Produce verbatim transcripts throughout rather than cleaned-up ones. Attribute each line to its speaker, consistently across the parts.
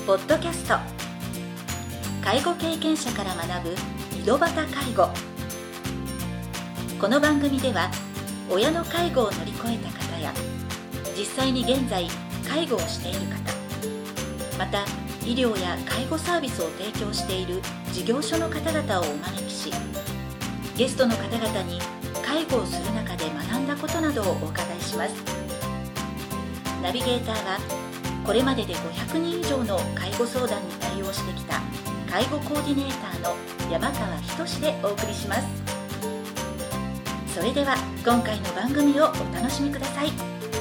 Speaker 1: ポッドキャスト、介護経験者から学ぶ井戸端介護。この番組では親の介護を乗り越えた方や実際に現在介護をしている方、また医療や介護サービスを提供している事業所の方々をお招きし、ゲストの方々に介護をする中で学んだことなどをお伺いします。ナビゲーターはこれまででごひゃくにん以上の介護相談に対応してきた介護コーディネーターの山川仁でお送りします。それでは今回の番組をお楽しみください。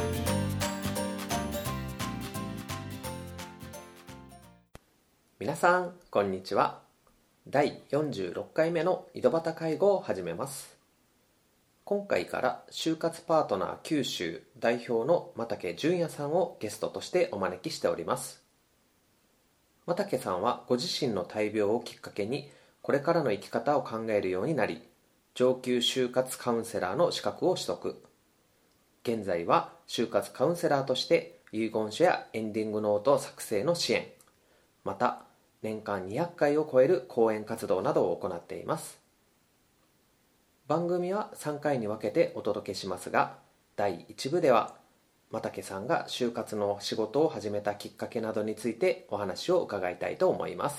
Speaker 2: 皆さんこんにちは。だいよんじゅうろっかいめの井戸端介護を始めます。今回から就活パートナー九州代表の又家純也さんをゲストとしてお招きしております。又家さんはご自身の大病をきっかけにこれからの生き方を考えるようになり、上級就活カウンセラーの資格を取得。現在は就活カウンセラーとして遺言書やエンディングノート作成の支援、また年間にひゃっかいを超える講演活動などを行っています。番組はさんかいに分けてお届けしますが、だいいち部では又家さんが就活の仕事を始めたきっかけなどについてお話を伺いたいと思います。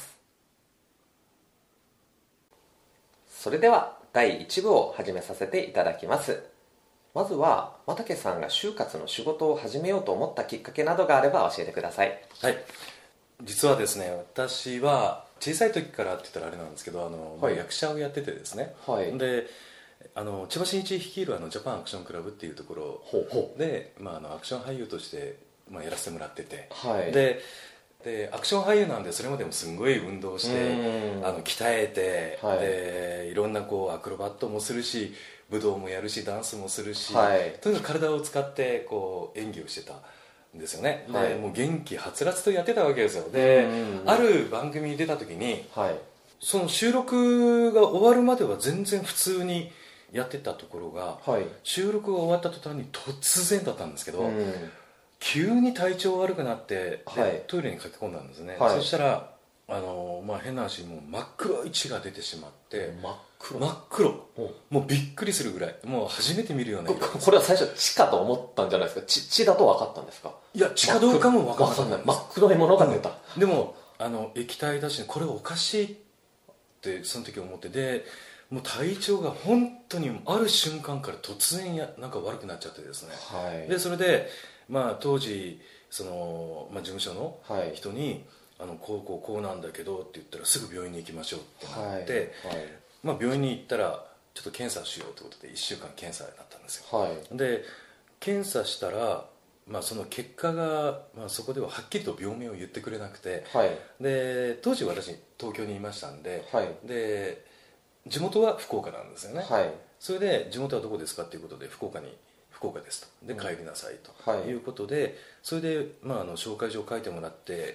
Speaker 2: それではだいいち部を始めさせていただきます。まずは又家さんが就活の仕事を始めようと思ったきっかけなどがあれば教えてください。
Speaker 3: はい、実はですね、私は小さい時からって言ったらあれなんですけど、あの、はい、役者をやっててですね、はい、であの千葉真一率いるあのジャパンアクションクラブっていうところで、まあ、あのアクション俳優として、まあ、やらせてもらってて、はい、ででアクション俳優なんでそれまでもすごい運動してあの鍛えて、はい、でいろんなこうアクロバットもするし武道もやるしダンスもするし、はい、とにかく体を使ってこう演技をしてたんですよね。で、はい、もう元気はつらつとやってたわけですよ。である番組に出た時に、はい、その収録が終わるまでは全然普通にやってたところが、はい、収録が終わった途端に突然だったんですけど、うん、急に体調悪くなって、はい、トイレに駆け込んだんですね、はい、そしたらあの、まあ、変な話もう真っ黒い血が出てしまって、真っ黒真っ黒、うん、もうびっくりするぐらい、もう初めて見るような色
Speaker 2: こ。これは最初血かと思ったんじゃないですか。 血, 血だと分かったんですか。
Speaker 3: いや血かどうかも分かんない。
Speaker 2: 真っ黒いものが出た、
Speaker 3: うん、でもあの液体だしこれおかしいってその時思って、でもう体調が本当にある瞬間から突然やなんか悪くなっちゃってですね、はい、でそれで、まあ、当時その、まあ、事務所の人に、はい、あのこうこうこうなんだけどって言ったらすぐ病院に行きましょうってなって、はいはい、まあ、病院に行ったらちょっと検査しようということでいっしゅうかん検査になったんですよ、はい、で検査したら、まあ、その結果が、まあ、そこでははっきりと病名を言ってくれなくて、はい、で当時私東京にいましたんで、はい、で地元は福岡なんですよね、はい、それで地元はどこですかっていうことで福岡に福岡ですと、で帰りなさいということで、うん、はい、それで、まあ、あの紹介状を書いてもらって、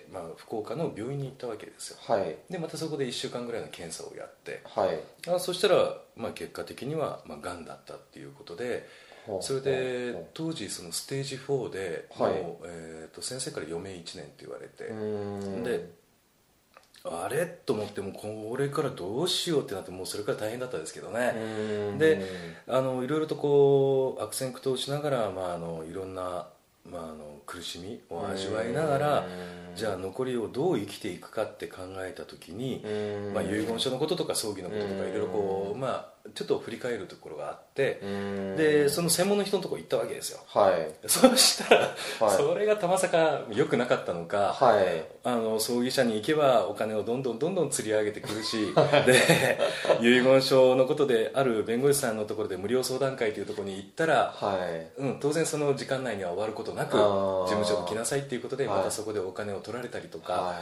Speaker 3: まあ、福岡の病院に行ったわけですよ、はい、でまたそこでいっしゅうかんぐらいの検査をやって、はい、あそしたら、まあ、結果的には、まあ、がんだったっていうことで、それで当時そのステージフォーで、はい、もう、えー、と先生から余命いちねんって言われて、であれと思って、もうこれからどうしようってなって、もうそれから大変だったですけどね。であのいろいろとこう悪戦苦闘しながら、まあ、あのいろんな、まあ、あの苦しみを味わいながら、じゃあ残りをどう生きていくかって考えた時に、まあ、遺言書のこととか葬儀のこととかいろいろこう、まあ、ちょっと振り返るところがあって、でその専門の人のところ行ったわけですよ、はい、そうしたら、はい、それがたまさか良くなかったのか、はい、あの葬儀社に行けばお金をどんどんどんどん釣り上げてくるしで遺言書のことである弁護士さんのところで無料相談会というところに行ったら、はい、うん、当然その時間内には終わることなく事務所に来なさいっていうことで、またそこでお金を取られたりとか、はい、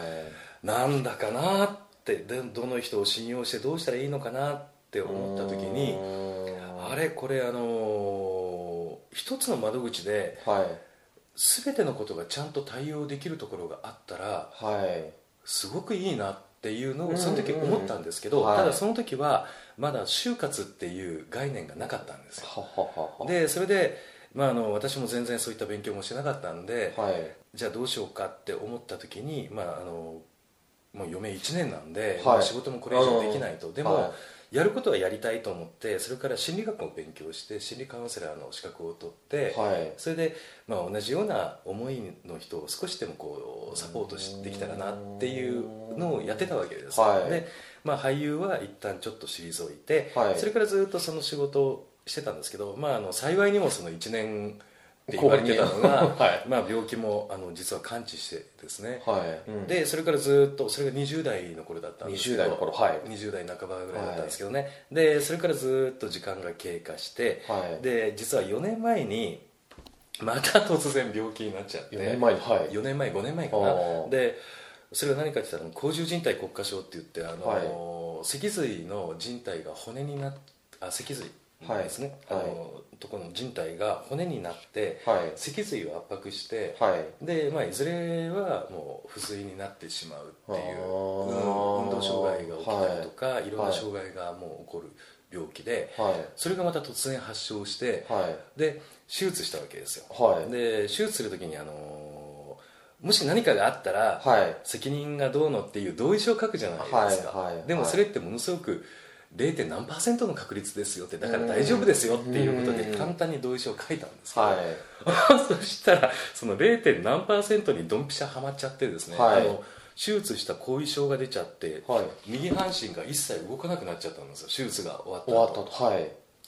Speaker 3: なんだかなってでどの人を信用してどうしたらいいのかなって思った時に、あれこれあの一つの窓口で、はい、全てのことがちゃんと対応できるところがあったら、はい、すごくいいなっていうのをその時思ったんですけど、はい、ただその時はまだ就活っていう概念がなかったんですよ。でそれでまあ、あの私も全然そういった勉強もしなかったんで、
Speaker 2: はい、
Speaker 3: じゃあどうしようかって思った時に、まあ、あのもう余命いちねんなんで、
Speaker 2: はい、
Speaker 3: まあ仕事もこれ以上できないと、でも、
Speaker 2: はい、
Speaker 3: やることはやりたいと思って、それから心理学を勉強して心理カウンセラーの資格を取って、
Speaker 2: はい、
Speaker 3: それで、まあ、同じような思いの人を少しでもこうサポートできたらなっていうのをやってたわけです、
Speaker 2: はい、
Speaker 3: で、まあ、俳優は一旦ちょっと退いて、はい、それからずっとその仕事をしてたんですけど、まあ、あの幸いにもそのいちねんって言われてたのが、はい、まあ病気もあの実は完治してですね、
Speaker 2: はいうん、
Speaker 3: でそれからずっとそれがにじゅう代の頃だったんですけど、
Speaker 2: にじゅう代の頃、はい、
Speaker 3: にじゅう代半ばぐらいだったんですけどね、はい、でそれからずっと時間が経過して、はい、で実はよねんまえにまた突然病気になっちゃって、
Speaker 2: よねんまえに、はい、
Speaker 3: よねんまえごねんまえかな、でそれは何かって言ったら口中靭帯骨化症って言って、あの、はい、脊髄の靭帯が骨になっあ脊髄ですね、はい、あのところの靭帯が骨になって、はい、脊髄を圧迫して、はい、でまあ、いずれはもう不随になってしまうっていう、うん、運動障害が起きたりとか、はい、いろんな障害がもう起こる病気で、はい、それがまた突然発症して、はい、で手術したわけですよ、はい、で手術する時にあのもし何かがあったら、はい、責任がどうのっていう同意書を書くじゃないですか、はいはい、でもそれってものすごく ゼロ. 何パーセントの確率ですよって、だから大丈夫ですよっていうことで簡単に同意書を書いたんですけど、はい、そしたらその ゼロ. 何パーセントにドンピシャはまっちゃってですね、はい、あの手術した後遺症が出ちゃって、はい、右半身が一切動かなくなっちゃったんですよ、手術が終わった後。終わったと、はい、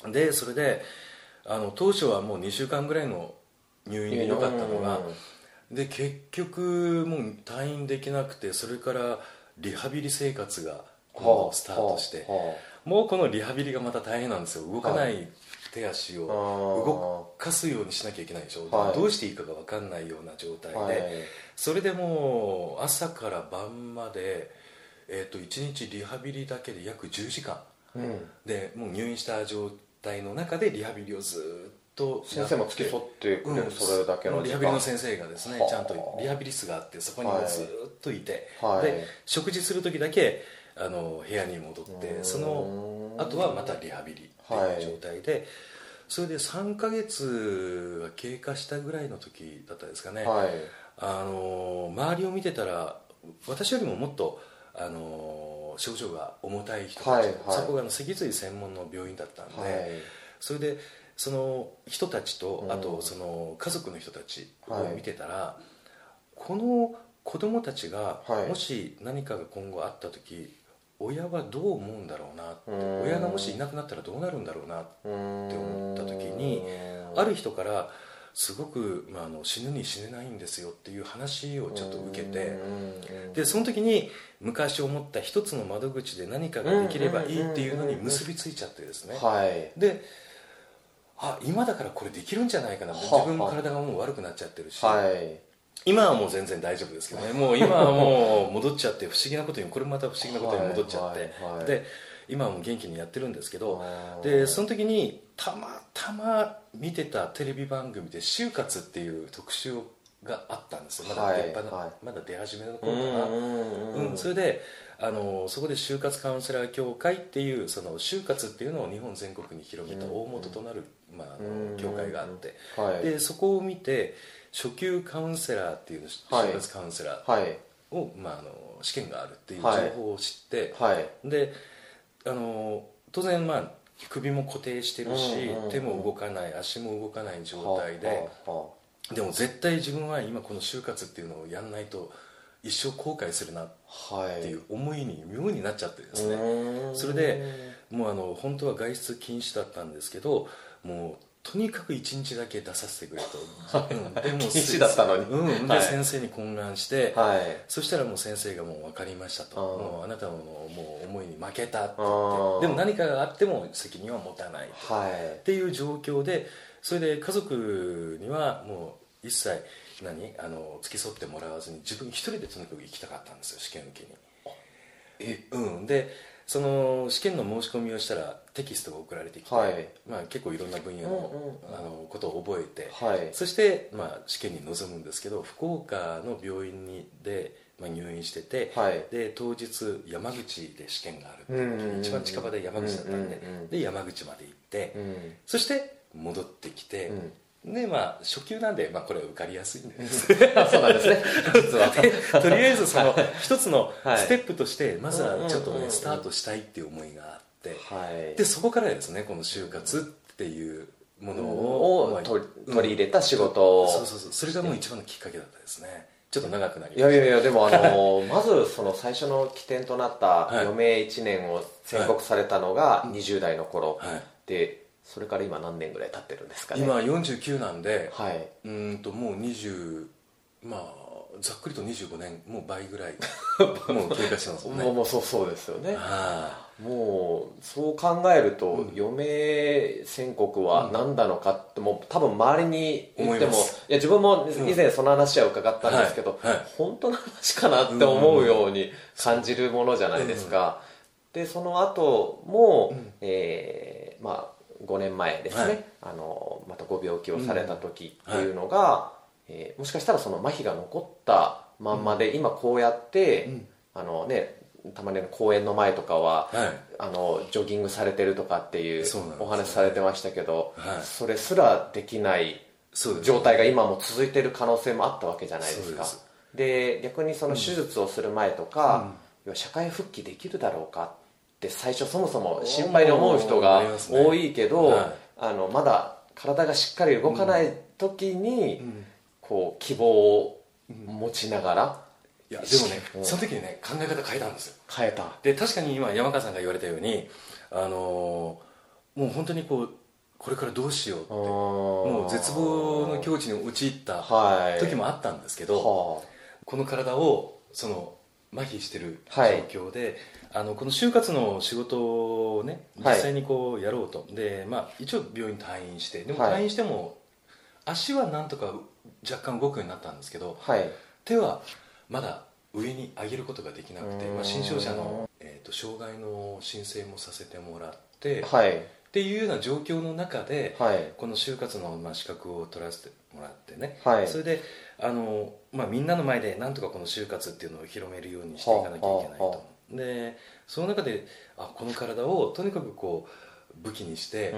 Speaker 3: でそれであの当初はもうにしゅうかんぐらいの入院でよかったのが、で結局もう退院できなくて、それからリハビリ生活が今度スタートして、はあはあ、もうこのリハビリがまた大変なんですよ。動かない手足を動かすようにしなきゃいけないでしょ、はい、どうしていいかが分かんないような状態で、はい、それでもう朝から晩まで、えー、といちにちリハビリだけで約じゅうじかん、うん、でもう入院した状態の中でリハビリをずっと
Speaker 2: 先生も付き添ってくれる、うん、それだけの
Speaker 3: リハビリの先生がですね、ちゃんとリハビリ室があって、そこにずっといて、はい、で食事する時だけあの部屋に戻って、その後はまたリハビリっていう状態で、はい、それでさんかげつが経過したぐらいの時だったですかね、はい、あの周りを見てたら私よりももっとあの症状が重たい人たち、はいはい、そこがあの脊髄専門の病院だったんで、はい、それでその人たちと、あとその家族の人たちを見てたら、はい、この子供たちがもし何かが今後あった時、親はどう思うんだろうなって、親がもしいなくなったらどうなるんだろうなって思った時に、ある人からすごく、まあ、あの死ぬに死ねないんですよっていう話をちょっと受けて、でその時に昔思った一つの窓口で何かができればいいっていうのに結びついちゃってですね、であ今だからこれできるんじゃないかな、自分の体がもう悪くなっちゃってるし、はい、今はもう全然大丈夫ですけどね、もう今はもう戻っちゃって不思議なことに、これもまた不思議なことに戻っちゃって、はいはい、で今はもう元気にやってるんですけど、でその時にたまたま見てたテレビ番組で就活っていう特集があったんですよ、まだ 出,、はいはい、まだ出始めの頃かな、うん、それであのそこで就活カウンセラー協会っていうその就活っていうのを日本全国に広げた大元となる、まあ、あの協会があって、はい、でそこを見て初級カウンセラーっていう就活カウンセラーを、はいまあ、あの試験があるっていう情報を知って、はい、であの当然まあ首も固定してるし、うんうんうん、手も動かない足も動かない状態で、はあはあ、でも絶対自分は今この就活っていうのをやんないと一生後悔するなっていう思いに妙になっちゃってですね、はい、それでもうあの本当は外出禁止だったんですけど、もうとにかくいちにちだけ出させてくれと、うん、でも禁止だったのに、うん、で、はい、先生に懇願して、はい、そしたらもう先生がもう分かりましたと、もうあなたのもう思いに負けたって言って、でも何かがあっても責任は持たないと、はい、っていう状況で、それで家族にはもう一切何あの付き添ってもらわずに自分一人でとにかく行きたかったんですよ、試験受けに。え、うん、でその試験の申し込みをしたらテキストが送られてきて、はいまあ、結構いろんな分野 の,、うんうん、あのことを覚えて、はい、そして、まあ、試験に臨むんですけど、福岡の病院にで、まあ、入院してて、はい、で当日山口で試験があるっていう、うんうん、一番近場で山口だったんで、うんうんうん、で山口まで行って、うん、そして戻ってきて、うん、 でまあ初級なんで、まあ、これは受かりやすいんで
Speaker 2: そうなんですね実は
Speaker 3: とりあえずその一つのステップとしてまずはちょっとねスタートしたいっていう思いがあって、はい、でそこからですねこの就活っていうものを、
Speaker 2: を取り、取り入れた仕事を、
Speaker 3: うん、そうそうそうそれがもう一番のきっかけだったですね。ちょっと長くなりました。
Speaker 2: いやいやいやでもあのまずその最初の起点となった余命いちねんを宣告されたのがにじゅう代の頃、はい、でそれから今何年ぐらい経ってるんですかね。
Speaker 3: 今よんじゅうきゅうなんで、
Speaker 2: はい、
Speaker 3: うんともうにじゅうまあざっくりとにじゅうごねんもう倍ぐらいもう経過してますもんね
Speaker 2: もうそうそうですよね。もうそう考えると、うん、余命宣告は何なのかってもう多分周りに言ってもいや自分も以前その話は伺ったんですけど、うんはいはい、本当の話かなって思うように感じるものじゃないですか、うん、でその後も、うんえー、まあごねんまえですね、はい、あのまたご病気をされた時っていうのが、うんはいえー、もしかしたらその麻痺が残ったまんまで、うん、今こうやって、うん、あのねたまに公園の前とかは、はい、あのジョギングされてるとかっていうお話されてましたけど そ,、はい、それすらできない状態が今も続いてる可能性もあったわけじゃないですか。で逆にその手術をする前とか、うん、社会復帰できるだろうかって最初そもそも心配に思う人が多いけど、ねはい、あのまだ体がしっかり動かない時に、うん、こう希望を持ちながら、
Speaker 3: いやでもね、うん、その時にね考え方変えたんですよ。
Speaker 2: 変えた。
Speaker 3: で確かに今山川さんが言われたように、あのー、もう本当にこうこれからどうしようってもう絶望の境地に陥った時もあったんですけど、はい、この体をその麻痺してる状況で、はい、あのこの就活の仕事をね実際にこうやろうと、はい、で、まあ、一応病院退院してでも退院しても足はなんとか若干動くようになったんですけど、はい、手はまだ上に上げることができなくて、まあ、新商社の、えーと、障害の申請もさせてもらって、はい、っていうような状況の中で、はい、この就活の、まあ、資格を取らせてもらってね、はい、それであの、まあ、みんなの前でなんとかこの就活っていうのを広めるようにしていかなきゃいけないと、はあはあ、でその中であこの体をとにかくこう武器にして、うん、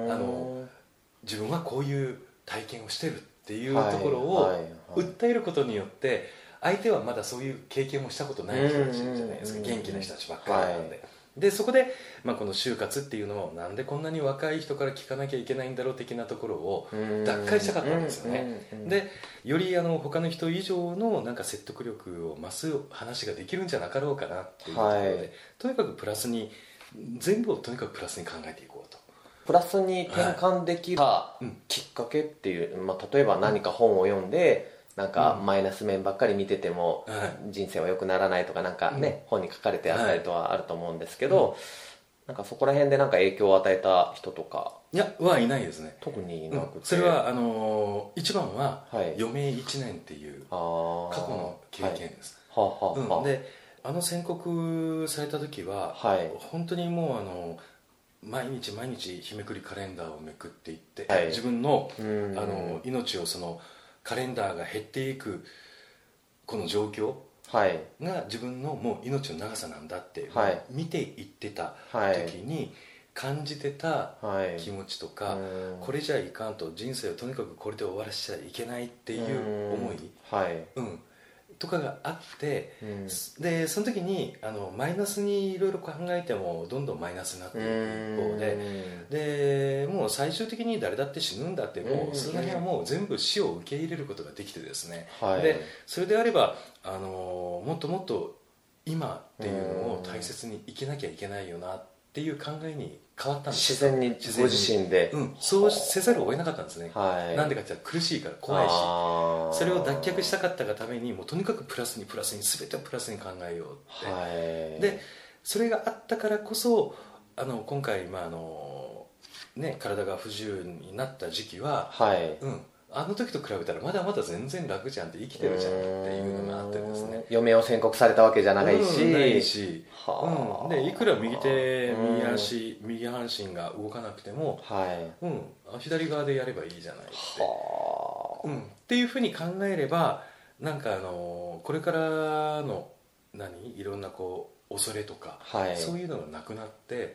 Speaker 3: あの自分はこういう体験をしてるっていうところを訴えることによって相手はまだそういう経験もしたことない人たちじゃないですか。元気な人たちばっかりなんで、はい、でそこで、まあ、この就活っていうのをなんでこんなに若い人から聞かなきゃいけないんだろう的なところを脱会したかったんですよね。でよりあの他の人以上のなんか説得力を増す話ができるんじゃなかろうかなっていうところで、はい、とにかくプラスに全部をとにかくプラスに考えていこうと。
Speaker 2: プラスに転換できたきっかけっていう、まあ、例えば何か本を読んでなんかマイナス面ばっかり見てても人生は良くならないとかなんかね、うん、本に書かれてあったりとはあると思うんですけど、うん、なんかそこら辺でなんか影響を与えた人とか
Speaker 3: いやはいないですね。
Speaker 2: 特になくて、
Speaker 3: うん、それはあのー、一番は余命いちねんっていう過去の経験です、はいはあはあうん、であの宣告された時は、はい、本当にもうあの毎日毎日日めくりカレンダーをめくっていって、はい、自分の、あの命をそのカレンダーが減っていくこの状況が自分のもう命の長さなんだって見ていってた時に感じてた気持ちとか、これじゃいかんと人生をとにかくこれで終わらせちゃいけないっていう思い、うんとかがあって、うん、でその時にあのマイナスにいろいろ考えてもどんどんマイナスになっていく一方で、でもう最終的に誰だって死ぬんだってもうその辺はもう全部死を受け入れることができてですね、はい、でそれであればあのもっともっと今っていうのを大切に生きなきゃいけないよなっていう考えに変わったんです。
Speaker 2: 自然にご自身で、
Speaker 3: うん、そうせざるを得なかったんですね、はい、なんでかって言ったら苦しいから怖いしそれを脱却したかったがためにもうとにかくプラスにプラスに全てをプラスに考えようって、はい、でそれがあったからこそあの今回、まああのね、体が不自由になった時期は、はいうん、あの時と比べたらまだまだ全然楽じゃんって生きてるじゃんっていうのがあってですね。
Speaker 2: 余命を宣告されたわけじゃないし、
Speaker 3: うん、ないし、うん、でいくら右手右足右半身が動かなくても、はいうん、左側でやればいいじゃないって、うん、っていうふうに考えればなんかあのこれからの何いろんなこう恐れとか、
Speaker 2: はい、
Speaker 3: そういうのがなくなって、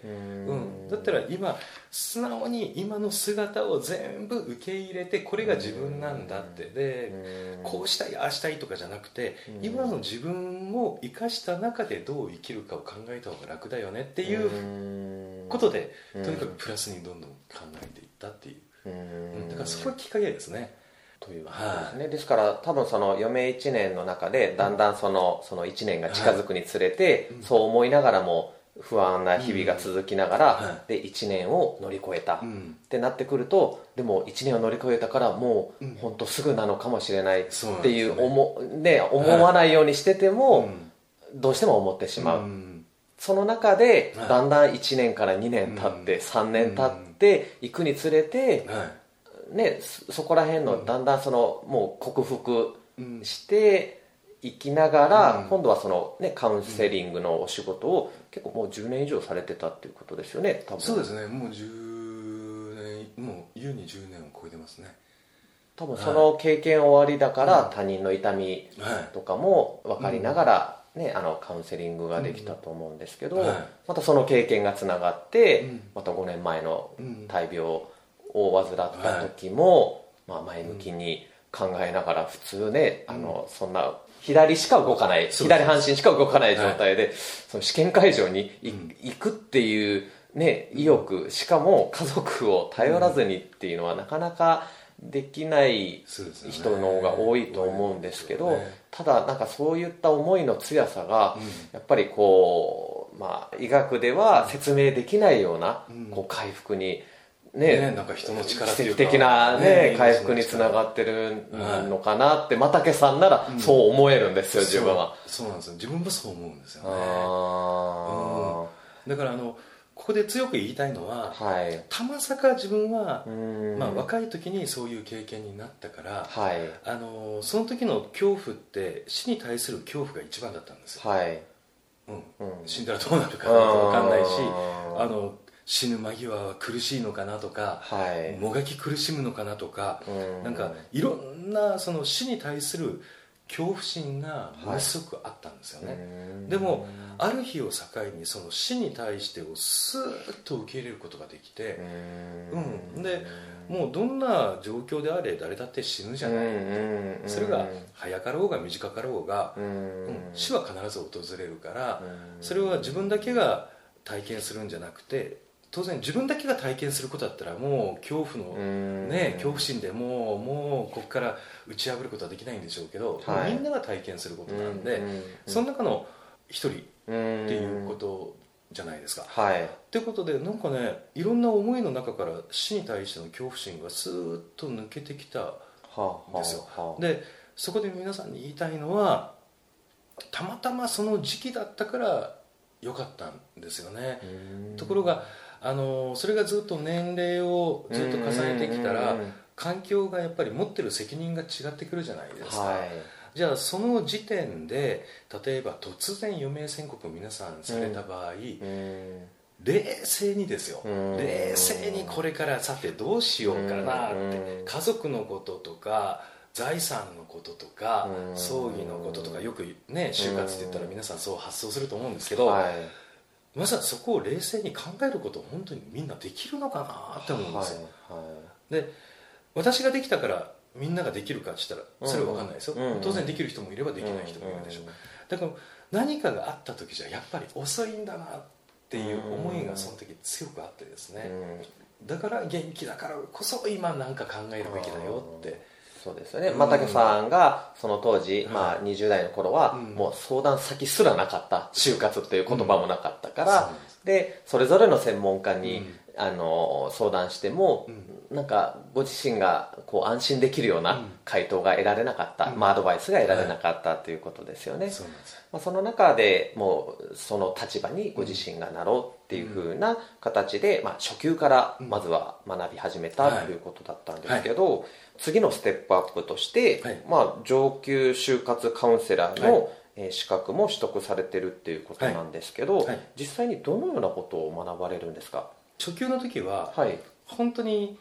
Speaker 2: う
Speaker 3: うん、だったら今素直に今の姿を全部受け入れて、これが自分なんだって、でこうしたいああしたいとかじゃなくて、今の自分を生かした中でどう生きるかを考えた方が楽だよねっていうことで、とにかくプラスにどんどん考えていったっていう、うん、だからそこがきっかけですね。
Speaker 2: ということですね、はい、ですから多分その余命いちねんの中でだんだんその、そのいちねんが近づくにつれて、はい、そう思いながらも不安な日々が続きながら、うんはい、でいちねんを乗り越えた、うん、ってなってくると、でもいちねんを乗り越えたからもう本当すぐなのかもしれないっていう、思、ね、思わないようにしてても、はい、どうしても思ってしまう、うん、その中でだんだんいちねんからにねん経って、うん、さんねん経っていくにつれて、はいね、そこら辺のだんだんそのもう克服していきながら、今度はその、ね、カウンセリングのお仕事を結構もうじゅうねん以上されてたっていうことですよね、多分。
Speaker 3: そうですね、もうじゅうねん、もう優にじゅうねんを超えてますね。
Speaker 2: 多分その経験終わりだから、はい、他人の痛みとかも分かりながら、ね、あのカウンセリングができたと思うんですけど、はい、またその経験がつながって、またごねんまえの大病を患った時も、はい、まあ、前向きに考えながら、普通ね、うん、あのそんな左しか動かない、左半身しか動かない状態で、はい、その試験会場に、うん、行くっていう、ね、意欲、しかも家族を頼らずにっていうのはなかなかできない人の方が多いと思うんですけど、ね、ただなんかそういった思いの強さが、うん、やっぱりこう、まあ、医学では説明できないような、うん、こう回復にね、
Speaker 3: ね、なんか人の力っていうか
Speaker 2: 奇跡的な、ねね、回復につながってるのかなって、又家さんならそう思えるんですよ、うん、自分は。
Speaker 3: そう、そうなんですよ、自分もそう思うんですよね。あ、うん、だからあのここで強く言いたいのは、はい、たまさか自分は、まあ、若い時にそういう経験になったから、はい、あのその時の恐怖って死に対する恐怖が一番だったんですよ、はい、うんうん、死んだらどうなるか分かんないし、あの死ぬ間際は苦しいのかなとか、はい、もがき苦しむのかなとか、うん、なんかいろんなその死に対する恐怖心がものすごくあったんですよね、はい、でもある日を境にその死に対してをスーッと受け入れることができて、うん、でもうどんな状況であれ誰だって死ぬじゃない、それが早かろうが短かろうが、うん、死は必ず訪れるから、それは自分だけが体験するんじゃなくて、当然自分だけが体験することだったらもう恐怖の、ね、恐怖心でもう、もうここから打ち破ることはできないんでしょうけど、はい、みんなが体験することなんで、その中の一人っていうことじゃないですか。はい、ってことでなんかね、いろんな思いの中から死に対しての恐怖心がスーッと抜けてきたんですよ。はあはあ、でそこで皆さんに言いたいのは、たまたまその時期だったから良かったんですよね。ところがあのそれがずっと年齢をずっと重ねてきたら、環境がやっぱり持ってる責任が違ってくるじゃないですか、はい、じゃあその時点で例えば突然余命宣告を皆さんされた場合、冷静にですよ、冷静にこれからさてどうしようかなって、家族のこととか財産のこととか葬儀のこととか、よくね就活って言ったら皆さんそう発想すると思うんですけど、はい、まずはそこを冷静に考えることを本当にみんなできるのかなって思うんですよ、はいはい、で私ができたからみんなができるかって言ったらそれは分かんないですよ、うんうん、当然できる人もいればできない人もいるでしょう、うんうん、だから何かがあった時じゃやっぱり遅いんだなっていう思いがその時強くあってですね、うん、だから元気だからこそ今なんか考えるべきだよって、
Speaker 2: そうですよね、又家さんがその当時、まあ、にじゅう代の頃はもう相談先すらなかった、就活っていう言葉もなかったから、でそれぞれの専門家に、あの相談しても、なんかご自身がこう安心できるような回答が得られなかった、まあ、アドバイスが得られなかったということですよね。そうなんです。まあ、その中でもうその立場にご自身がなろうっていう風な形で、まあ、初級からまずは学び始めたということだったんですけど、はいはい、次のステップアップとして、はい、まあ、上級就活カウンセラーの、はい、資格も取得されてるっていうことなんですけど、はいはい、実際にどのようなことを学ばれるんですか？
Speaker 3: 初級の時は、はい、本当に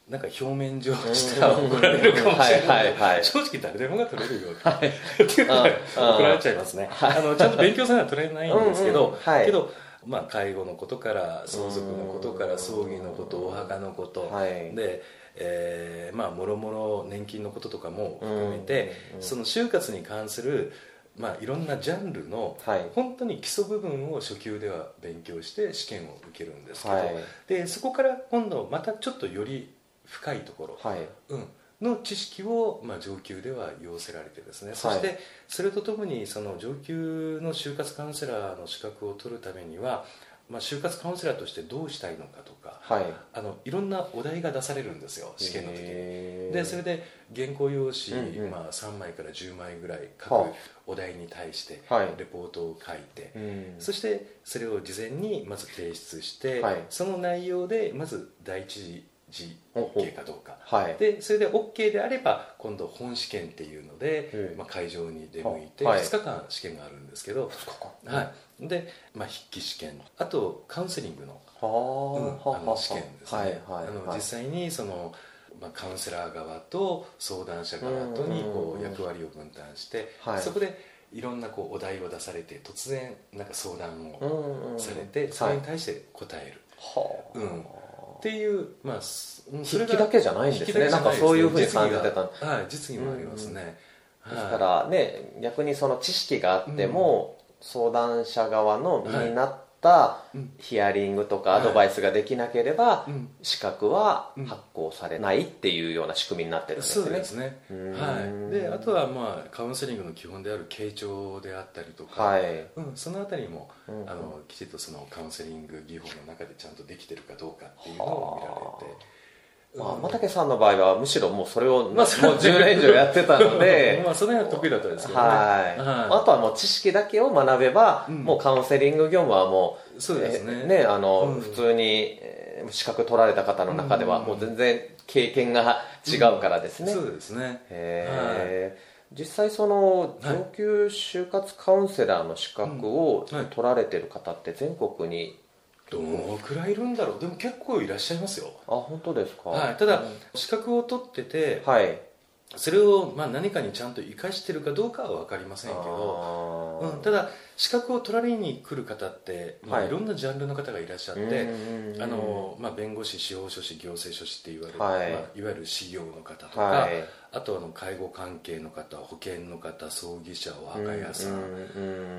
Speaker 3: なんか表面上したら怒られるかもしれないけど、正直誰でもが取れるよっていうのは怒られちゃいますね。あのちゃんと勉強せないと取れないんですけど、はい、けど、まあ、介護のことから相続のことから葬儀のこと、お墓のこと、はい、で、えー、まあもろもろ年金のこととかも含めて、その就活に関するまあ、いろんなジャンルの本当に基礎部分を初級では勉強して試験を受けるんですけど、はい、でそこから今度またちょっとより深いところ、はい、うん、の知識を、まあ、上級では要せられてですね、はい、そしてそれとともにその上級の就活カウンセラーの資格を取るためには、まあ、就活カウンセラーとしてどうしたいのかとか、はい、あのいろんなお題が出されるんですよ、試験の時に。でそれで原稿用紙、うんうん、まあ、さんまいからじゅうまいぐらい各お題に対してレポートを書いて、はい、そしてそれを事前にまず提出して、はい、その内容でまず第一次 OK かどうか、はい、でそれで OK であれば今度本試験っていうので、まあ、会場に出向いてふつかかん試験があるんですけど、はい、で、まあ、筆記試験、あとカウンセリングの、うん、あの試験ですね、はいはいはい、あの実際にその、まあ、カウンセラー側と相談者側とにこう役割を分担して、はい、そこでいろんなこうお題を出されて突然なんか相談をされて、それに対して答える、はい、うん、っていう、まあ、それが筆記だけじゃないんですね。なんかそういうふうに感じてた。はい、実技もありますね。うんうん、
Speaker 2: ですからね、逆にその知識があっても、うん、相談者側の身になったヒアリングとかアドバイスができなければ、はいうん、資格は発行されないっていうような仕組みになってるんですね。
Speaker 3: そうですね。はい。で、あとはまあカウンセリングの基本である傾聴であったりとか、はい、うん、そのあたりも、うん、あのきちっとそのカウンセリング技法の中でちゃんとできてるかどうかっていうのを見られて。
Speaker 2: まあ、又家さんの場合はむしろもうそれを、まあ、もうじゅうねん以上やってたので
Speaker 3: まあその辺は得意だったんですけどね、はい、
Speaker 2: はい、あとはもう知識だけを学べば、うん、もうカウンセリング業務はもう
Speaker 3: そうですね、
Speaker 2: ね、あの、うん、普通に資格取られた方の中ではもう全然経験が違うからですね、
Speaker 3: うん、そうですね、
Speaker 2: へー、はい、実際その上級就活カウンセラーの資格を取られてる方って全国に
Speaker 3: どのくらいいるんだろう。でも結構いらっしゃいますよ。
Speaker 2: あ、本当ですか。
Speaker 3: はい、ただ、うん、資格を取ってて、はい、それをまあ何かにちゃんと生かしてるかどうかは分かりませんけど、うん、ただ資格を取られに来る方って、まあ、いろんなジャンルの方がいらっしゃって、はい、あのまあ、弁護士、司法書士、行政書士っていわれる、はい、まあ、いわゆる司業の方とか、はい、あとあの介護関係の方、保険の方、葬儀社、お墓屋さん、うん、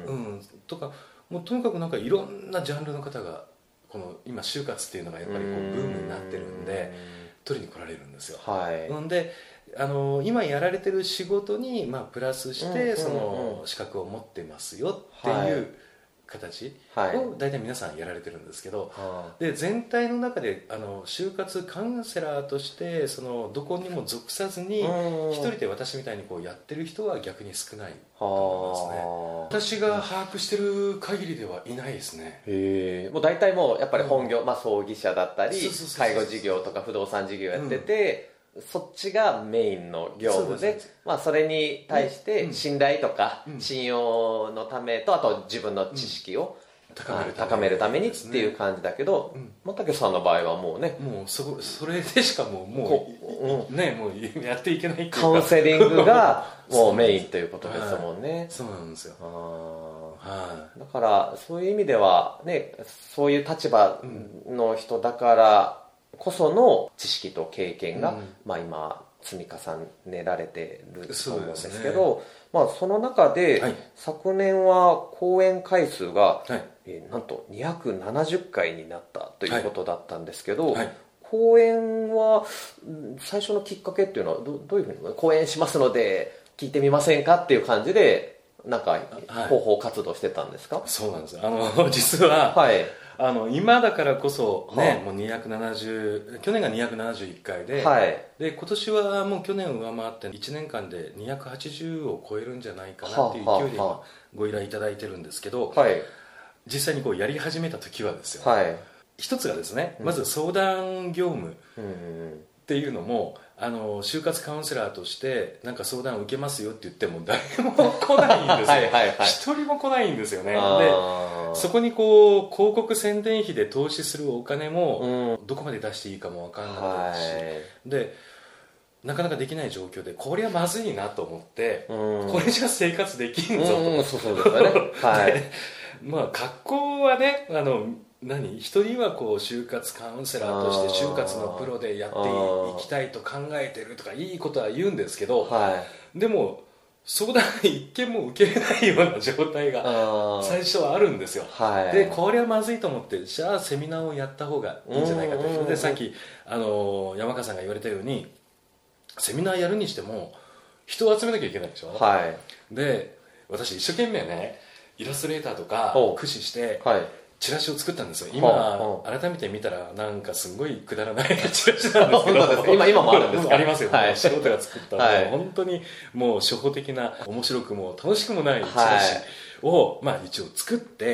Speaker 3: うん、とか、もうとにかくなんかいろんなジャンルの方がこの今就活っていうのがやっぱりこうブームになってるんで取りに来られるんですよ、はい、なのであの今やられてる仕事にまあプラスしてその資格を持ってますよっていう形を大体皆さんやられてるんですけど、はい、で全体の中であの就活カウンセラーとしてそのどこにも属さずに一人で私みたいにこうやってる人は逆に少ないと思いますね。私が把握してる限りではいないですね。
Speaker 2: へー、もう大体もうやっぱり本業、うん、まあ、葬儀社だったり介護事業とか不動産事業やってて、うん、そっちがメインの業務 で, で、まあ、それに対して信頼とか信用のためと、あと自分の知識を高めるため、高めるためにっていう感じだけど、又家さんの場合はもうね、
Speaker 3: もう そ, それでしかもうもう、うん、ね、もうやっていけないっていうか、
Speaker 2: カウンセリングがもうメインということですもんね。
Speaker 3: そうなんですよ。
Speaker 2: はい、だからそういう意味ではね、そういう立場の人だからこその知識と経験が、うん、まあ、今積み重ねられてると思うんですけど、ね、まあ、その中で、はい、昨年は講演回数が、はい、えー、なんとにひゃくななじゅっかいになったということだったんですけど、はいはい、講演は最初のきっかけっていうのは ど, どういうふうに講演しますので聞いてみませんかっていう感じでなんか広報活動してたんですか？はい、
Speaker 3: そうなんです。あの実は、はい、あの今だからこそね、はあ、もうにひゃくななじゅう、去年がにひゃくななじゅういっかいで、はい、で今年はもう去年を上回っていちねんかんでにひゃくはちじゅうを超えるんじゃないかなっていう勢いで今ご依頼いただいてるんですけど、はい、実際にこうやり始めた時はですよ、はい、一つがですね、まず相談業務、うん、っっていうのもあの就活カウンセラーとしてなんか相談を受けますよって言っても誰も来ないんですよはいはい、はい、一人も来ないんですよね。でそこにこう広告宣伝費で投資するお金もどこまで出していいかも分からなかったし、はい、でなかなかできない状況でこれはまずいなと思って、うん、これじゃ生活できんぞと思って、うん、そうそうですよね、はい、まあ格好はねあの何人にはこう就活カウンセラーとして就活のプロでやっていきたいと考えてるとかいいことは言うんですけど、はい、でも相談一件も受けれないような状態が最初はあるんですよ、はい、でこれはまずいと思ってじゃあセミナーをやった方がいいんじゃないかということでさっきあの山川さんが言われたようにセミナーやるにしても人を集めなきゃいけないでしょ、はい、で私一生懸命ねイラストレーターとか駆使して、はい、チラシを作ったんですよ。今改めて見たらなんかすごいくだらないチラシなんですけど今, 今もあるんですかありますよ、はい、素人が作った、はい、本当にもう初歩的な面白くも楽しくもないチラシを、はい、まあ、一応作って、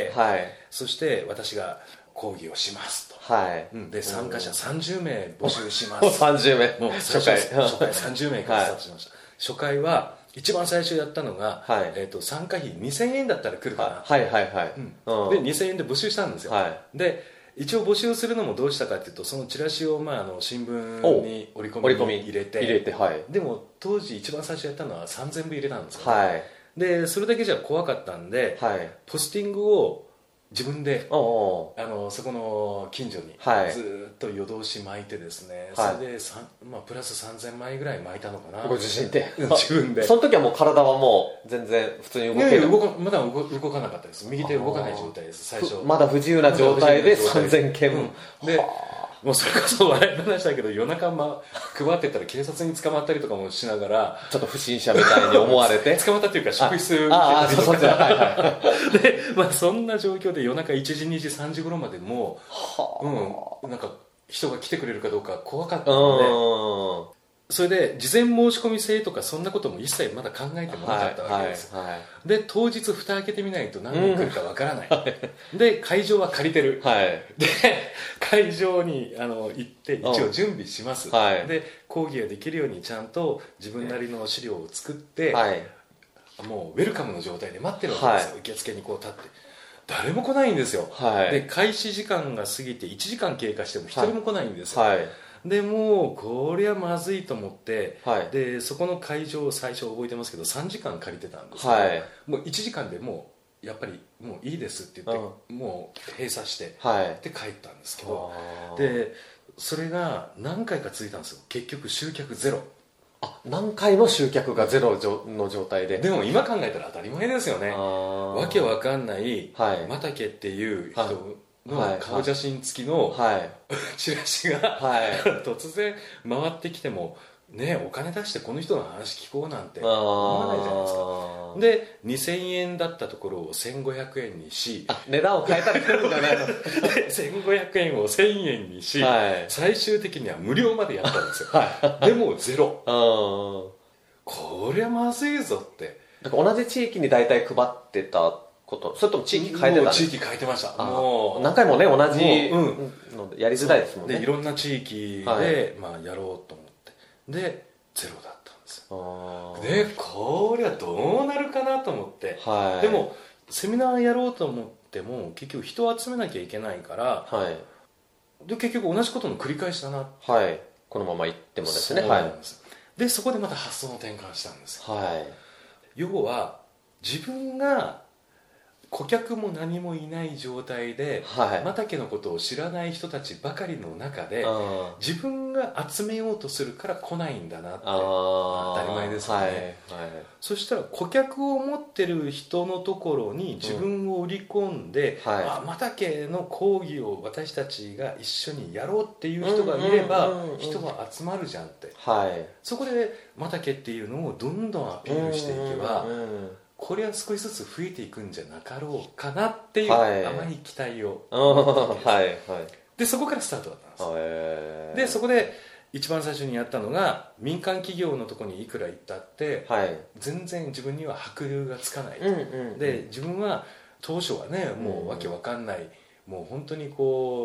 Speaker 3: はい、そして私が講義をしますと、はい、うん、で参加者さんじゅうめい募集しますさんじゅうめいもう初回初回さんじゅうめいからスタートしました、はい、初回は一番最初やったのが、はい、えー、と参加費にせんえんだったら来るかな、はいはいはい、うん、でにせんえんで募集したんですよ、はい、で一応募集するのもどうしたかっていうとそのチラシを、まあ、あの新聞に折り込みに入れて入れて、はい、でも当時一番最初やったのはさんぜんぶ入れたんですよ、ね、はい、でそれだけじゃ怖かったんで、はい、ポスティングを自分でおうおうあのそこの近所にずっと夜通し巻いてですね、はい、それで、まあ、プラスさんぜんまいぐらい巻いたのかなご自身で自分でその時はもう体はもう全然普通に動ける、動かまだ動動かなかったです。右手動かない状態です。最初まだ不自由な状態でさんぜんけん、うん、でもうそれこそ笑い話だけど夜中、ま、配ってたら警察に捕まったりとかもしながらちょっと不審者みたいに思われて捕まったっていうか職質受けたりとかで、まあ、そんな状況で夜中いちじにじさんじ頃までもう、うん、なんか人が来てくれるかどうか怖かったのでそれで事前申し込み制とかそんなことも一切まだ考えてもなかったわけです、はいはいはい、で当日蓋開けてみないと何人来るかわからない、うん、で会場は借りてる、はい、で会場にあの行って一応準備します、はい、で講義ができるようにちゃんと自分なりの資料を作って、はい、もうウェルカムの状態で待ってるわけですよ、はい、受付にこう立って誰も来ないんですよ、はい、で開始時間が過ぎていちじかん経過してもひとりも来ないんですよ、はいはい、でもうこれはまずいと思って、はい、でそこの会場を最初覚えてますけどさんじかん借りてたんですけど、はい、もういちじかんでもうやっぱりもういいですって言って、うん、もう閉鎖して、はい、で帰ったんですけどでそれが何回か続いたんですよ。結局集客ゼロ。あ、何回も集客がゼロの状態で。でも今考えたら当たり前ですよね。わけわかんない、はい、マタケっていう人の顔写真付きの、はい、チラシが、はい、突然回ってきてもね、お金出してこの人の話聞こうなんて思わないじゃないですか。でにせんえんだったところをせんごひゃくえんにし、あ、値段を変えたりするんじゃないのでせんごひゃくえんをせんえんにし、はい、最終的には無料までやったんですよ、はい、でもゼロ。こりゃまずいぞって。だから同じ地域に大体配ってたこと、それとも地域変えてたんですか？地域変えてました。もう何回もね同じのでやりづらいですもんね。でいろんな地域で、はい、まあ、やろうと思ってでゼロだったんですよ。でこりゃどうなるかなと思って、はい、でもセミナーやろうと思っても結局人を集めなきゃいけないから、はい、で結局同じことの繰り返しだな、はい、このままいってもですね。そうなんです、はい、でそこでまた発想の転換したんですよ、はい、要は自分が顧客も何もいない状態で、はい、マタケのことを知らない人たちばかりの中で自分が集めようとするから来ないんだなって当たり前ですよね、はいはい、そしたら顧客を持ってる人のところに自分を売り込んで、うん、はい、あ、マタケの講義を私たちが一緒にやろうっていう人がいれば人は集まるじゃんって、はい、そこでマタケっていうのをどんどんアピールしていけば、うんうんうん、これは少しずつ増えていくんじゃなかろうかなっていう甘い期待を持ったわけです、はいはい、でそこからスタートだったんです。でそこで一番最初にやったのが民間企業のところにいくら行ったって、はい、全然自分には箔がつかない、うんうんうん、で自分は当初はねもうわけわかんない、もう本当にこう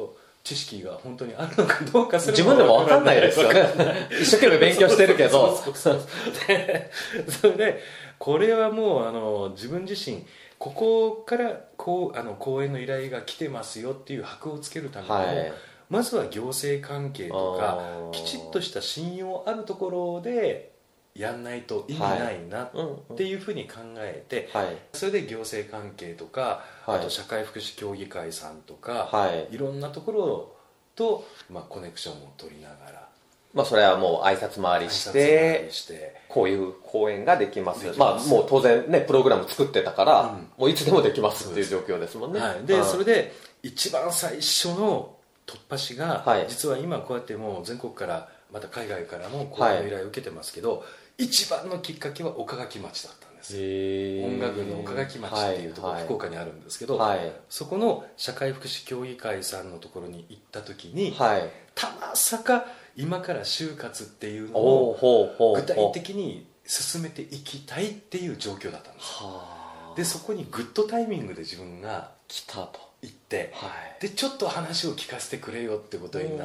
Speaker 3: 知識が本当にあるのかどうかする
Speaker 2: 自分でも分かんないですよね一生懸命勉強してるけど
Speaker 3: そうそうそうでそれでこれはもうあの自分自身ここからこうあの講演の依頼が来てますよっていう箔をつけるためにも、はい、まずは行政関係とかきちっとした信用あるところでやんないと意味ないなっていうふうに考えて、はい、それで行政関係とか、はい、あと社会福祉協議会さんとか、はい、いろんなところと、まあ、コネクションを取りながら、
Speaker 2: まあ、それはもう挨拶回りしてこういう講演ができます、まあ、もう当然ねプログラム作ってたから、うん、もういつでもできますっていう状況ですもんね。
Speaker 3: はい、で、うん、それで一番最初の突破口が、はい、実は今こうやってもう全国からまた海外からも講演の依頼を受けてますけど、はい、一番のきっかけは岡垣町だったんです。音楽の岡垣町っていうところ、はい、福岡にあるんですけど、はい、そこの社会福祉協議会さんのところに行った時に、はい、たまさか今から就活っていうのを具体的に進めていきたいっていう状況だったんです。でそこにグッドタイミングで自分が
Speaker 2: 来たと
Speaker 3: 行って、はい、でちょっと話を聞かせてくれよってことになって、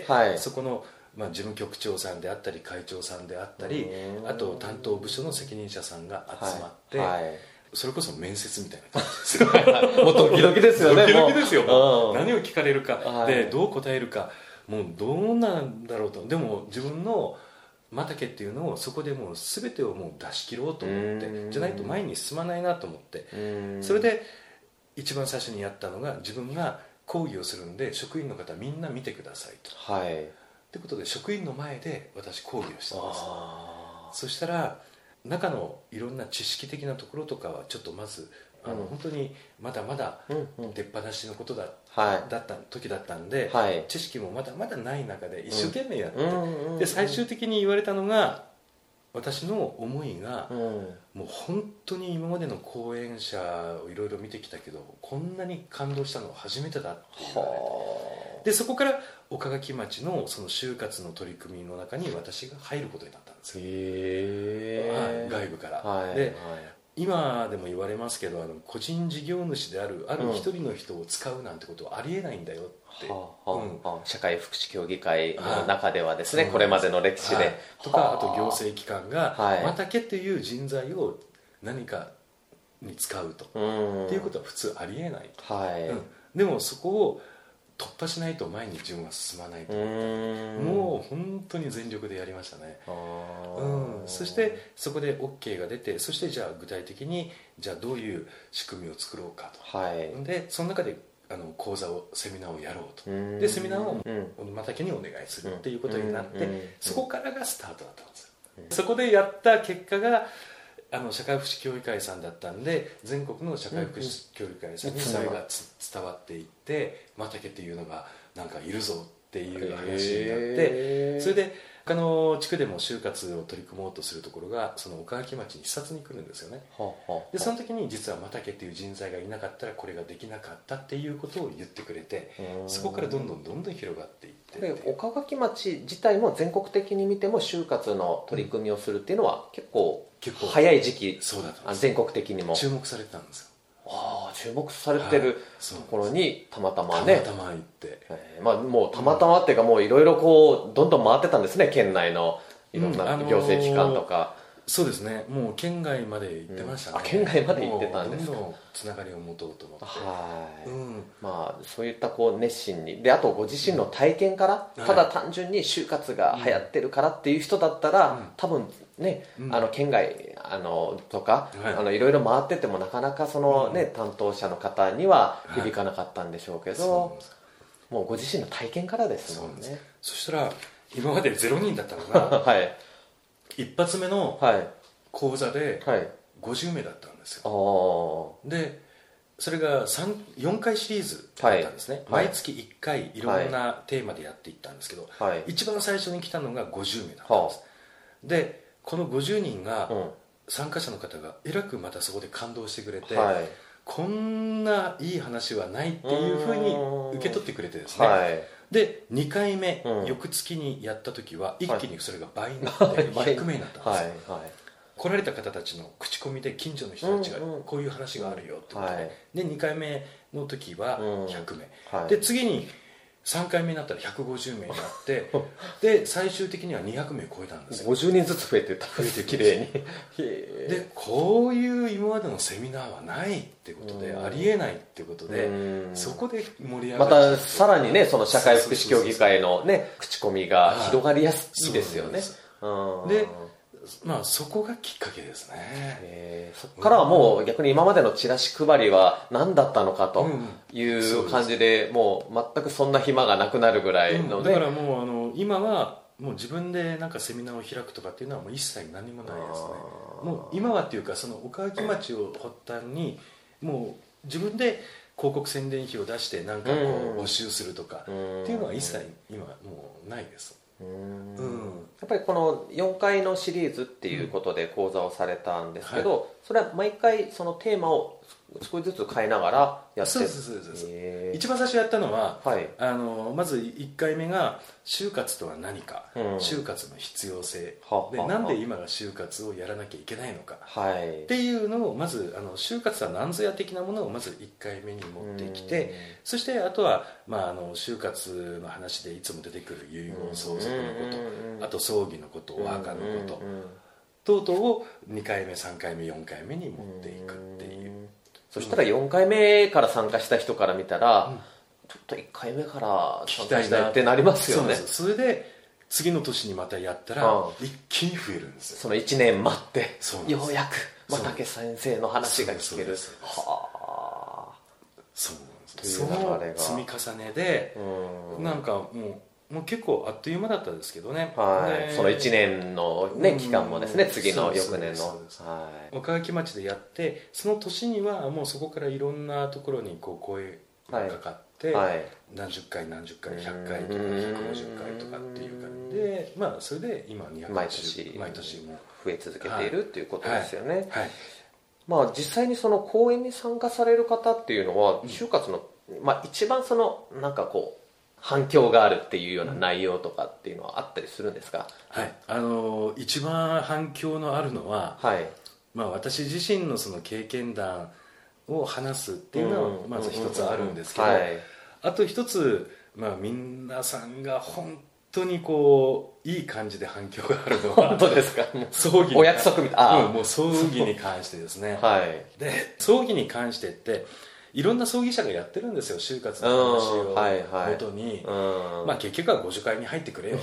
Speaker 3: はい、そこのまあ、事務局長さんであったり会長さんであったりあと担当部署の責任者さんが集まって、はいはい、それこそ面接みたいな感じですよ
Speaker 2: もうドキドキですよね
Speaker 3: ドキドキですよもう何を聞かれるか、はい、でどう答えるかもうどうなんだろうとでも自分のまたけっていうのをそこでもう全てをもう出し切ろうと思ってじゃないと前に進まないなと思ってそれで一番最初にやったのが自分が講義をするんで職員の方みんな見てくださいと、はいということで職員の前で私講義をしてます。そしたら中のいろんな知識的なところとかはちょっとまずあの、うん、本当にまだまだ出っ放しのことだ、うん、だった時だったんで、はい、知識もまだまだない中で一生懸命やって、うん、で最終的に言われたのが私の思いが、うん、もう本当に今までの講演者をいろいろ見てきたけどこんなに感動したのは初めてだって言われてでそこから岡垣町のその就活の取り組みの中に私が入ることになったんですよ。へー、はい、外部から、はい、で、はい、今でも言われますけどあの個人事業主であるある一人の人を使うなんてことはありえないんだよって、
Speaker 2: うんうん、社会福祉協議会の中ではですね、はい、これまでの歴史で、はい、
Speaker 3: とかあと行政機関がまたけという人材を何かに使うと、うん、っていうことは普通ありえないと、はいうん、でもそこを突破しないと前に自分は進まないと思ってもう本当に全力でやりましたね、うん、そしてそこで OK が出てそしてじゃあ具体的にじゃあどういう仕組みを作ろうかと、はい、でその中であの講座をセミナーをやろうとでセミナーをまたけにお願いするっていうことになってそこからがスタートだったんですよ。そこでやった結果があの社会福祉協議会さんだったんで全国の社会福祉協議会さんにそれが伝わっていってまたけっていうのがなんかいるぞっていう話になってそれで他の地区でも就活を取り組もうとするところがその岡垣町に視察に来るんですよね。でその時に実はまたけっていう人材がいなかったらこれができなかったっていうことを言ってくれてそこからどんどんどんどん広がっていって
Speaker 2: で岡垣町自体も全国的に見ても就活の取り組みをするっていうのは結構結構早い時期そうだった全国的にも
Speaker 3: 注目されてたんですよ。
Speaker 2: ああ注目されてるところにたまたまね
Speaker 3: たまたま行って、
Speaker 2: えーまあ、もうたまたまっていうかもういろいろこうどんどん回ってたんですね県内のいろんな行政機関とか、うんあのー、
Speaker 3: そうですねもう県外まで行ってましたね、うん、
Speaker 2: あ県外まで行ってたんですか。
Speaker 3: どんどんつながりを持とうと思って
Speaker 2: はい、うん、まあそういったこう熱心にであとご自身の体験から、うん、ただ単純に就活が流行ってるからっていう人だったら、うん、多分ね、うん、あの県外あのとか、はい、あのいろいろ回っててもなかなかその、ねうん、担当者の方には響かなかったんでしょうけど、はい、もうご自身の体験からですもんね。
Speaker 3: そ, そしたら今までゼロにんだったのが、はい、一発目の講座でごじゅうめいだったんですよ、はい、でそれがよんかいシリーズだったんですね、はい、毎月いっかいいろんなテーマでやっていったんですけど、はい、一番最初に来たのがごじゅうめいだったんです、はい、でこのごじゅうにんが、うん参加者の方がえらくまたそこで感動してくれて、はい、こんないい話はないっていうふうに受け取ってくれてですね、はい、でにかいめ、うん、翌月にやった時は一気にそれが倍になってひゃくめいになったんですよ、はいはい、来られた方たちの口コミで近所の人たちがこういう話があるよってことで、はい、でにかいめの時はひゃくめい、うんはい、で次にさんかいめになったらひゃくごじゅうめいになってで最終的にはにひゃくめい超えたんですよ。
Speaker 2: ごじゅうにんずつ増えてた増えてきれいに
Speaker 3: でこういう今までのセミナーはないってことで、ありえないってことで、そこで盛り上が
Speaker 2: またさらにねその社会福祉協議会のね口コミが広がりやすいですよね。
Speaker 3: でまあそこがきっかけですね。
Speaker 2: えー、そこからはもう逆に今までのチラシ配りは何だったのかという感じで、もう全くそんな暇がなくなるぐらいのね、
Speaker 3: うん、だからもうあの今はもう自分でなんかセミナーを開くとかっていうのはもう一切何もないですね。もう今はっていうかその岡垣町を発端にもう自分で広告宣伝費を出してなんかこう募集するとかっていうのは一切今もうないです。
Speaker 2: うんうん、やっぱりこのよんかいのシリーズっていうことで講座をされたんですけど、うんはい、それは毎回そのテーマを少しずつ変えながらやってる。
Speaker 3: そうそうそうそう、えー、一番最初やったのは、はい、あのまずいっかいめが就活とは何か、うん、就活の必要性でなんで今が就活をやらなきゃいけないのか、はい、っていうのをまずあの就活とは何ぞや的なものをまずいっかいめに持ってきて、うん、そしてあとは、まあ、あの就活の話でいつも出てくる遺言相続のこと、うん、あと葬儀のこと、お墓のこと、うん等々をにかいめさんかいめよんかいめに持っていくっていう。
Speaker 2: そしたらよんかいめから参加した人から見たら、うん、ちょっといっかいめから参加したいってなりますよね。
Speaker 3: それで次の年にまたやったら一気に増えるんですよ。
Speaker 2: そのいちねん待ってようやく又竹先生の話が聞ける。はあ、
Speaker 3: そうなんです。その積み重ねでなんかもうもう結構あっという間だったんですけどね、
Speaker 2: はい、そのいちねんの、ね、期間もですね、次の翌年の
Speaker 3: 岡垣町でやって、その年にはもうそこからいろんなところにこう声がかかって、はいはい、何十回何十回ひゃっかいとかひゃくごじゅっかいとかっていう感じで、まあ、それで今にひゃくはちじゅう毎年も
Speaker 2: 増え続けているっていうことですよね、はいはいはい、
Speaker 3: ま
Speaker 2: あ、実際にその講演に参加される方っていうのは就活の、まあ、一番そのなんかこう反響があるっていうような内容とかっていうのはあったりするんですか？
Speaker 3: はい、あの一番反響のあるのは、はいまあ、私自身のその経験談を話すっていうのはまず一つあるんですけど、あと一つ、まあ、皆さんが本当にこういい感じで反響があるのは
Speaker 2: 本当ですか？
Speaker 3: 葬儀
Speaker 2: お約束みたいな、
Speaker 3: うん、もう葬儀に関してですね、はい、で葬儀に関してっていろんな葬儀社がやってるんですよ、就活の話をもとに、はいはいまあ、結局はご助会に入ってくれよって、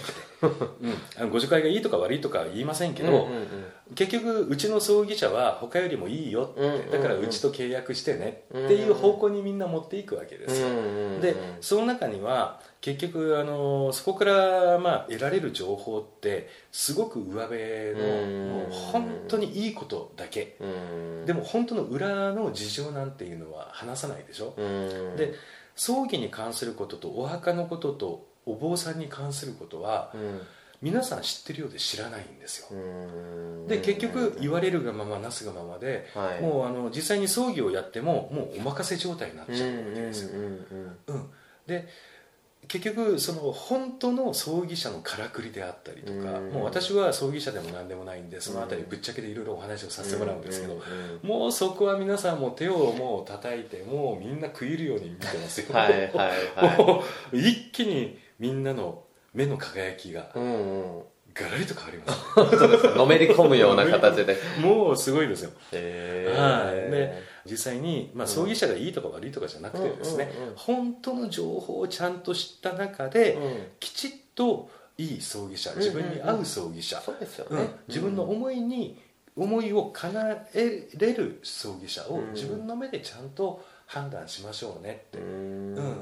Speaker 3: うん、あのご助会がいいとか悪いとかは言いませんけど、うんうんうん、結局うちの葬儀社は他よりもいいよって、うんうんうん、だからうちと契約してねっていう方向にみんな持っていくわけですよ、うんうんうん、でその中には結局あのそこからまあ得られる情報ってすごく上辺のもう本当にいいことだけでも本当の裏の事情なんていうのは話さないでしょ。で葬儀に関することとお墓のこととお坊さんに関することは皆さん知ってるようで知らないんですよ。で結局言われるがままなすがままで、はい、もうあの実際に葬儀をやってももうお任せ状態になっちゃうわけですよ。で結局その本当の葬儀社のからくりであったりとか、もう私は葬儀社でも何でもないんでそのあたりぶっちゃけでいろいろお話をさせてもらうんですけど、もうそこは皆さんも手をもう叩いてもうみんな食い入るように見てますよ。はいはいはい、もう一気にみんなの目の輝きがガラリと変わります、ね、
Speaker 2: そうです。のめり込むような形で
Speaker 3: もうすごいですよ。へー、はい、で実際に、まあ、葬儀社がいいとか悪いとかじゃなくてですね、うんうんうん、本当の情報をちゃんと知った中で、うん、きちっといい葬儀社、自分に合う葬儀社、
Speaker 2: そうですよね、うん、
Speaker 3: 自分の思いに思いを叶えれる葬儀社を自分の目でちゃんと判断しましょうねって、うん、うん、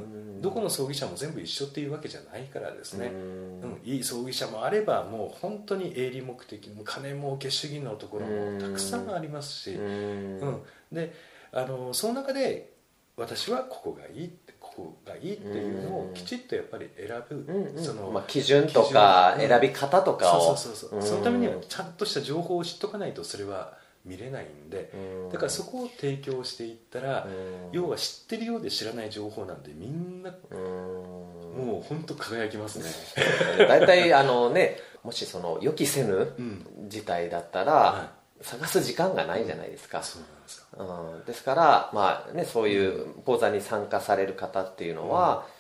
Speaker 3: どこの葬儀社も全部一緒っていうわけじゃないからですね、うん、いい葬儀社もあればもう本当に営利目的の金儲け主義のところもたくさんありますし、うん、であのその中で私はここがいいってここがいいっていうのをきちっとやっぱり選ぶ、うんうん、
Speaker 2: その、まあ、基準とか選び方とかを、
Speaker 3: うん、そうそうそうそう、そのためにはちゃんとした情報を知っとかないとそれは見れないんで、だからそこを提供していったら、要は知ってるようで知らない情報なんでみんなもう本当輝きますね。
Speaker 2: だいたいあのね、もしその予期せぬ事態だったら、はい、探す時間がないじゃないですか。そうなんですか。うん、ですから、まあね、そういう講座に参加される方っていうのは、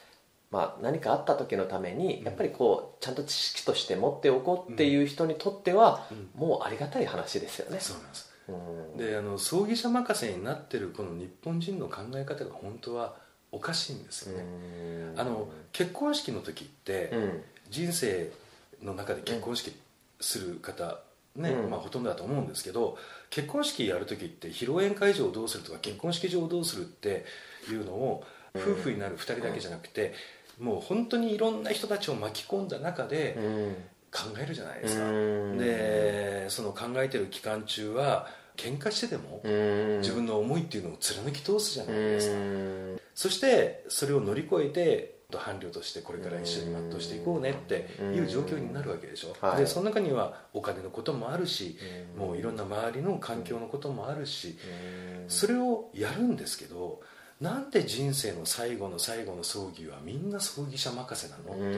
Speaker 2: まあ、何かあった時のためにやっぱりこうちゃんと知識として持っておこうっていう人にとっては、うん、もうありがたい話ですよね。
Speaker 3: そうなんです、うん、であの葬儀社任せになってるこの日本人の考え方が本当はおかしいんですよね。あの結婚式の時って、うん、人生の中で結婚式する方、ねうんまあ、ほとんどだと思うんですけど、結婚式やる時って披露宴会場をどうするとか結婚式場をどうするっていうのを夫婦になるふたりだけじゃなくて、もう本当にいろんな人たちを巻き込んだ中で考えるじゃないですか。でその考えてる期間中は喧嘩してでも自分の思いっていうのを貫き通すじゃないですか。そしてそれを乗り越えて伴侶としてこれから一緒に全うしていこうねっていう状況になるわけでしょ、はい、でその中にはお金のこともあるし、もういろんな周りの環境のこともあるし、それをやるんですけど、なんで人生の最後の最後の葬儀はみんな葬儀社任せなのって、うん、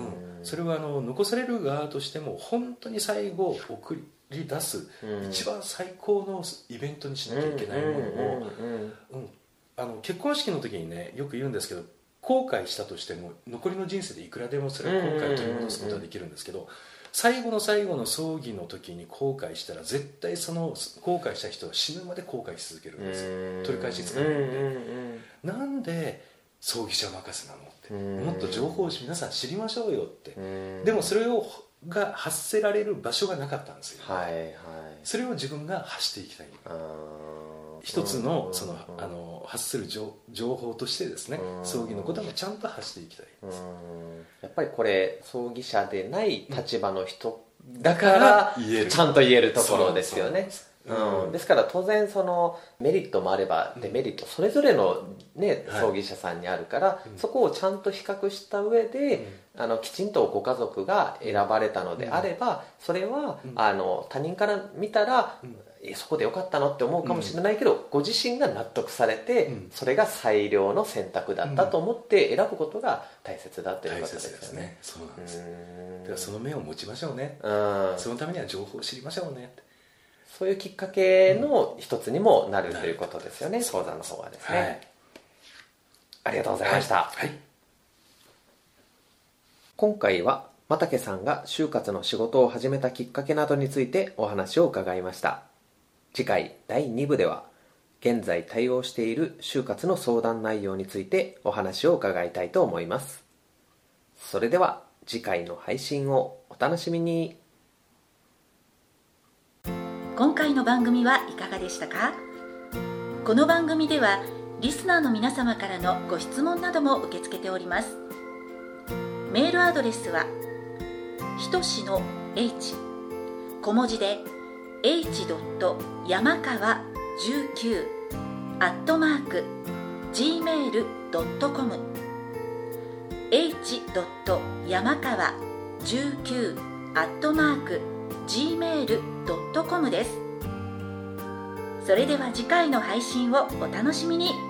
Speaker 3: それはあの残される側としても本当に最後送り出す一番最高のイベントにしなきゃいけないものを、うん、あの結婚式の時にねよく言うんですけど、後悔したとしても残りの人生でいくらでもそれは後悔を取り戻すことができるんですけど、最後の最後の葬儀の時に後悔したら絶対その後悔した人は死ぬまで後悔し続けるんですよ。取り返しつかないんで、なんで葬儀社任せなのって、もっと情報を皆さん知りましょうよって。でもそれをが発せられる場所がなかったんですよ、はいはい、それを自分が発していきたい。一つのそのあの発する情報としてですね、葬儀のこともちゃんと発していきたいです。
Speaker 2: やっぱりこれ葬儀者でない立場の人だからちゃんと言えるところですよね。うん、ですから当然そのメリットもあればデメリットそれぞれの、ね、葬儀社さんにあるから、はい、そこをちゃんと比較した上で、うん、あのきちんとご家族が選ばれたのであれば、それは、うん、あの他人から見たら、うんそこでよかったのって思うかもしれないけど、うん、ご自身が納得されて、うん、それが最良の選択だったと思って選ぶことが大切だということですよね。
Speaker 3: そうなんです。だからその目を持ちましょうね、うん、そのためには情報を知りましょうねって、
Speaker 2: そういうきっかけの一つにもなる、うん、ということですよね、講座の方はですね、はい、ありがとうございました、はいはい、今回は又竹さんが就活の仕事を始めたきっかけなどについてお話を伺いました。次回だいに部では現在対応している就活の相談内容についてお話を伺いたいと思います。それでは次回の配信をお楽しみに。
Speaker 1: 今回の番組はいかがでしたか？この番組ではリスナーの皆様からのご質問なども受け付けております。メールアドレスはひとしの H 小文字でh. 山川じゅうきゅう アットマーク ジーメール ドットコム h. 山川じゅうきゅう アットマーク ジーメール ドットコム です。それでは次回の配信をお楽しみに。